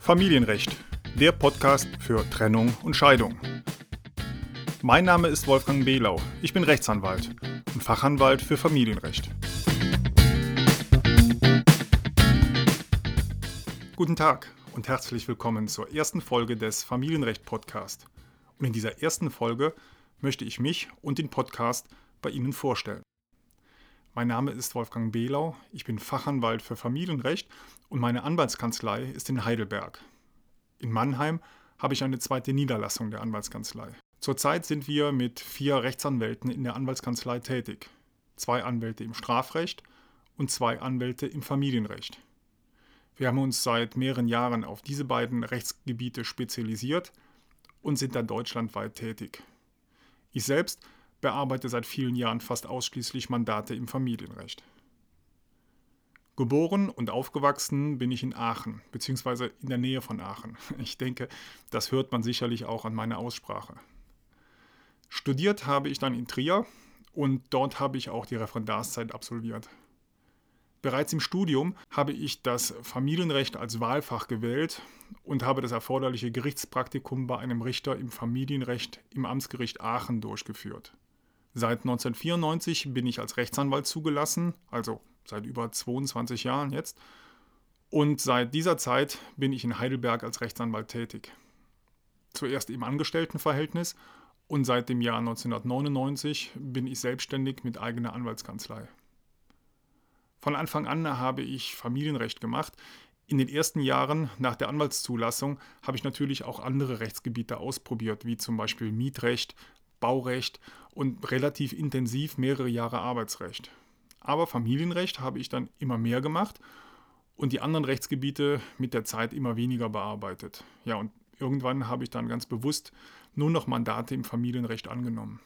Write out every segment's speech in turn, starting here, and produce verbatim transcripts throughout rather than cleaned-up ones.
Familienrecht, der Podcast für Trennung und Scheidung. Mein Name ist Wolfgang Behlau, ich bin Rechtsanwalt und Fachanwalt für Familienrecht. Guten Tag und herzlich willkommen zur ersten Folge des Familienrecht-Podcast. Und in dieser ersten Folge möchte ich mich und den Podcast bei Ihnen vorstellen. Mein Name ist Wolfgang Behlau, ich bin Fachanwalt für Familienrecht und meine Anwaltskanzlei ist in Heidelberg. In Mannheim habe ich eine zweite Niederlassung der Anwaltskanzlei. Zurzeit sind wir mit vier Rechtsanwälten in der Anwaltskanzlei tätig. Zwei Anwälte im Strafrecht und zwei Anwälte im Familienrecht. Wir haben uns seit mehreren Jahren auf diese beiden Rechtsgebiete spezialisiert und sind da deutschlandweit tätig. Ich selbst bearbeite seit vielen Jahren fast ausschließlich Mandate im Familienrecht. Geboren und aufgewachsen bin ich in Aachen, beziehungsweise in der Nähe von Aachen. Ich denke, das hört man sicherlich auch an meiner Aussprache. Studiert habe ich dann in Trier und dort habe ich auch die Referendarszeit absolviert. Bereits im Studium habe ich das Familienrecht als Wahlfach gewählt und habe das erforderliche Gerichtspraktikum bei einem Richter im Familienrecht im Amtsgericht Aachen durchgeführt. Seit neunzehnhundertvierundneunzig bin ich als Rechtsanwalt zugelassen, also seit über zweiundzwanzig Jahren jetzt. Und seit dieser Zeit bin ich in Heidelberg als Rechtsanwalt tätig. Zuerst im Angestelltenverhältnis und seit dem Jahr neunzehnhundertneunundneunzig bin ich selbstständig mit eigener Anwaltskanzlei. Von Anfang an habe ich Familienrecht gemacht. In den ersten Jahren nach der Anwaltszulassung habe ich natürlich auch andere Rechtsgebiete ausprobiert, wie zum Beispiel Mietrecht, Baurecht und relativ intensiv mehrere Jahre Arbeitsrecht. Aber Familienrecht habe ich dann immer mehr gemacht und die anderen Rechtsgebiete mit der Zeit immer weniger bearbeitet. Ja, und irgendwann habe ich dann ganz bewusst nur noch Mandate im Familienrecht angenommen.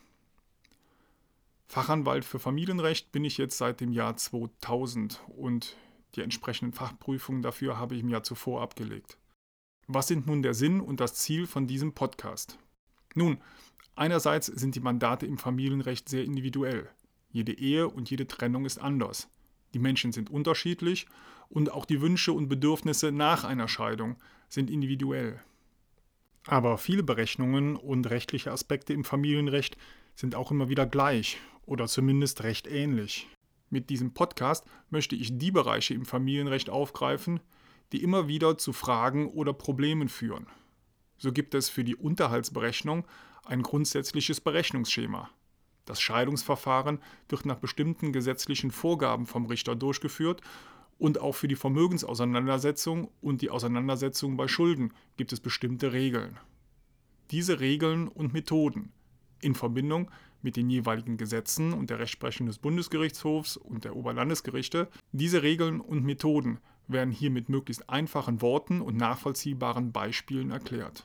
Fachanwalt für Familienrecht bin ich jetzt seit dem Jahr zweitausend und die entsprechenden Fachprüfungen dafür habe ich im Jahr zuvor abgelegt. Was sind nun der Sinn und das Ziel von diesem Podcast? Nun, einerseits sind die Mandate im Familienrecht sehr individuell. Jede Ehe und jede Trennung ist anders. Die Menschen sind unterschiedlich und auch die Wünsche und Bedürfnisse nach einer Scheidung sind individuell. Aber viele Berechnungen und rechtliche Aspekte im Familienrecht sind auch immer wieder gleich oder zumindest recht ähnlich. Mit diesem Podcast möchte ich die Bereiche im Familienrecht aufgreifen, die immer wieder zu Fragen oder Problemen führen. So gibt es für die Unterhaltsberechnung ein grundsätzliches Berechnungsschema. Das Scheidungsverfahren wird nach bestimmten gesetzlichen Vorgaben vom Richter durchgeführt und auch für die Vermögensauseinandersetzung und die Auseinandersetzung bei Schulden gibt es bestimmte Regeln. Diese Regeln und Methoden in Verbindung mit den jeweiligen Gesetzen und der Rechtsprechung des Bundesgerichtshofs und der Oberlandesgerichte, diese Regeln und Methoden werden hier mit möglichst einfachen Worten und nachvollziehbaren Beispielen erklärt.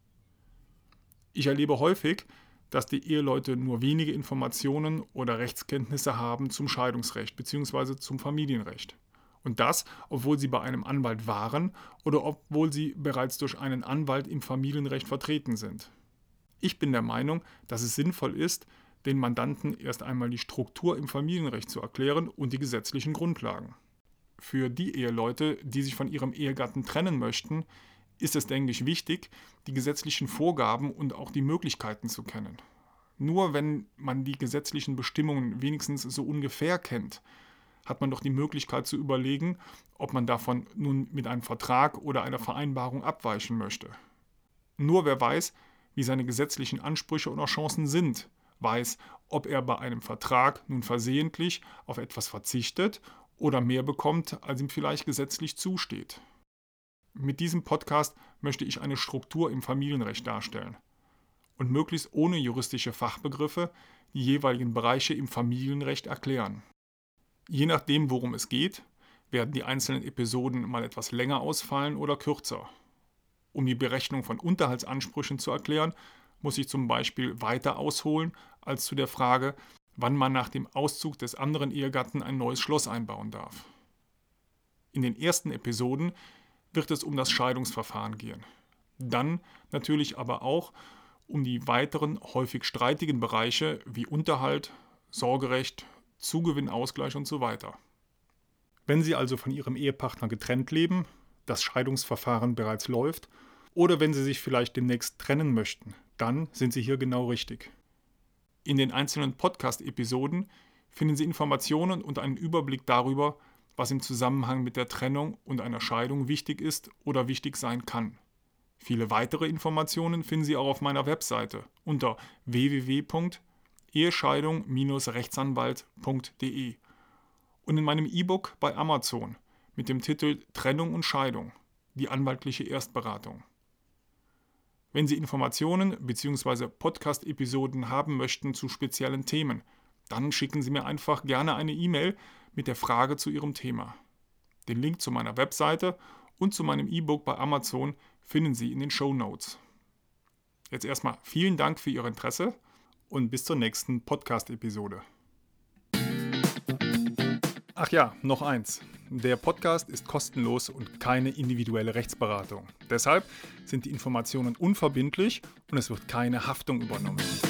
Ich erlebe häufig, dass die Eheleute nur wenige Informationen oder Rechtskenntnisse haben zum Scheidungsrecht bzw. zum Familienrecht. Und das, obwohl sie bei einem Anwalt waren oder obwohl sie bereits durch einen Anwalt im Familienrecht vertreten sind. Ich bin der Meinung, dass es sinnvoll ist, den Mandanten erst einmal die Struktur im Familienrecht zu erklären und die gesetzlichen Grundlagen. Für die Eheleute, die sich von ihrem Ehegatten trennen möchten, ist es, denke ich, wichtig, die gesetzlichen Vorgaben und auch die Möglichkeiten zu kennen. Nur wenn man die gesetzlichen Bestimmungen wenigstens so ungefähr kennt, hat man doch die Möglichkeit zu überlegen, ob man davon nun mit einem Vertrag oder einer Vereinbarung abweichen möchte. Nur wer weiß, wie seine gesetzlichen Ansprüche oder Chancen sind, weiß, ob er bei einem Vertrag nun versehentlich auf etwas verzichtet oder mehr bekommt, als ihm vielleicht gesetzlich zusteht. Mit diesem Podcast möchte ich eine Struktur im Familienrecht darstellen und möglichst ohne juristische Fachbegriffe die jeweiligen Bereiche im Familienrecht erklären. Je nachdem, worum es geht, werden die einzelnen Episoden mal etwas länger ausfallen oder kürzer. Um die Berechnung von Unterhaltsansprüchen zu erklären, muss ich zum Beispiel weiter ausholen als zu der Frage, wann man nach dem Auszug des anderen Ehegatten ein neues Schloss einbauen darf. In den ersten Episoden wird es um das Scheidungsverfahren gehen. Dann natürlich aber auch um die weiteren häufig streitigen Bereiche wie Unterhalt, Sorgerecht, Zugewinnausgleich und so weiter. Wenn Sie also von Ihrem Ehepartner getrennt leben, das Scheidungsverfahren bereits läuft oder wenn Sie sich vielleicht demnächst trennen möchten, dann sind Sie hier genau richtig. In den einzelnen Podcast-Episoden finden Sie Informationen und einen Überblick darüber, was im Zusammenhang mit der Trennung und einer Scheidung wichtig ist oder wichtig sein kann. Viele weitere Informationen finden Sie auch auf meiner Webseite unter w w w punkt ehescheidung Bindestrich rechtsanwalt punkt d e und in meinem E-Book bei Amazon mit dem Titel Trennung und Scheidung – die anwaltliche Erstberatung. Wenn Sie Informationen bzw. Podcast-Episoden haben möchten zu speziellen Themen, dann schicken Sie mir einfach gerne eine E-Mail mit der Frage zu Ihrem Thema. Den Link zu meiner Webseite und zu meinem E-Book bei Amazon finden Sie in den Shownotes. Jetzt erstmal vielen Dank für Ihr Interesse und bis zur nächsten Podcast-Episode. Ach ja, noch eins. Der Podcast ist kostenlos und keine individuelle Rechtsberatung. Deshalb sind die Informationen unverbindlich und es wird keine Haftung übernommen.